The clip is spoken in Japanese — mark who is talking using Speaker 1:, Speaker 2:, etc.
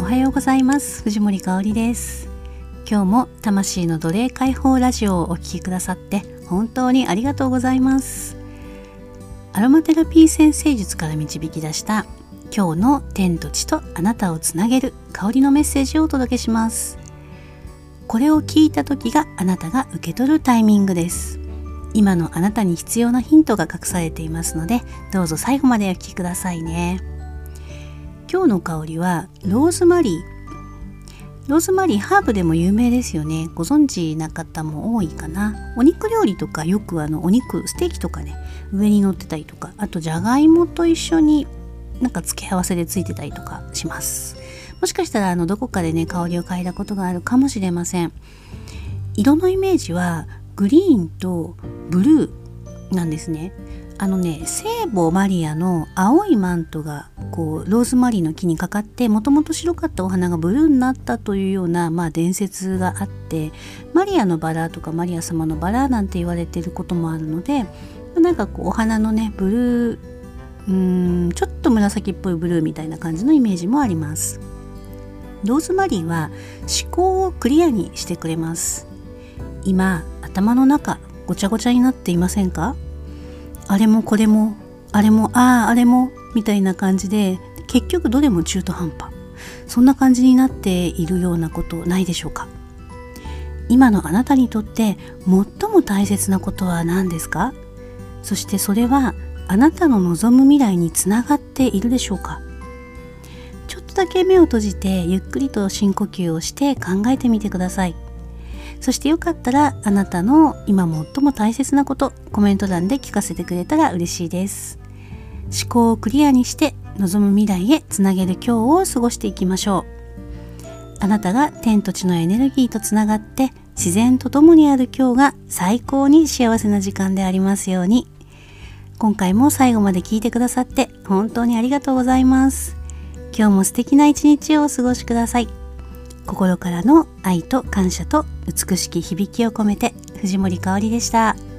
Speaker 1: おはようございます。藤森かおりです。今日も魂の奴隷解放ラジオをお聞きくださって本当にありがとうございます。アロマテラピー占星術から導き出した今日の天と地とあなたをつなげる香りのメッセージをお届けします。これを聞いた時があなたが受け取るタイミングです。今のあなたに必要なヒントが隠されていますので、どうぞ最後までお聞きくださいね。今日の香りはローズマリー。ローズマリーハーブでも有名ですよね。ご存知な方も多いかな。お肉料理とかよくお肉ステーキとかね、上に乗ってたりとか、あとじゃがいもと一緒に付け合わせでついてたりとかします。もしかしたらどこかでね香りを嗅いだことがあるかもしれません。色のイメージはグリーンとブルーなんですね。聖母マリアの青いマントがローズマリーの木にかかって、もともと白かったお花がブルーになったというような、伝説があって、マリアのバラとかマリア様のバラなんて言われていることもあるので、お花のねブルー、ちょっと紫っぽいブルーみたいな感じのイメージもあります。ローズマリーは思考をクリアにしてくれます。今頭の中ごちゃごちゃになっていませんか？あれもこれもあれもあれもみたいな感じで、結局どれも中途半端、そんな感じになっているようなことないでしょうか？今のあなたにとって最も大切なことは何ですか？そしてそれはあなたの望む未来につながっているでしょうか？ちょっとだけ目を閉じてゆっくりと深呼吸をして考えてみてください。そしてよかったらあなたの今最も大切なことコメント欄で聞かせてくれたら嬉しいです。思考をクリアにして望む未来へつなげる今日を過ごしていきましょう。あなたが天と地のエネルギーとつながって自然と共にある今日が最高に幸せな時間でありますように。今回も最後まで聞いてくださって本当にありがとうございます。今日も素敵な一日をお過ごしください。心からの愛と感謝と美しき響きを込めて、藤森かおりでした。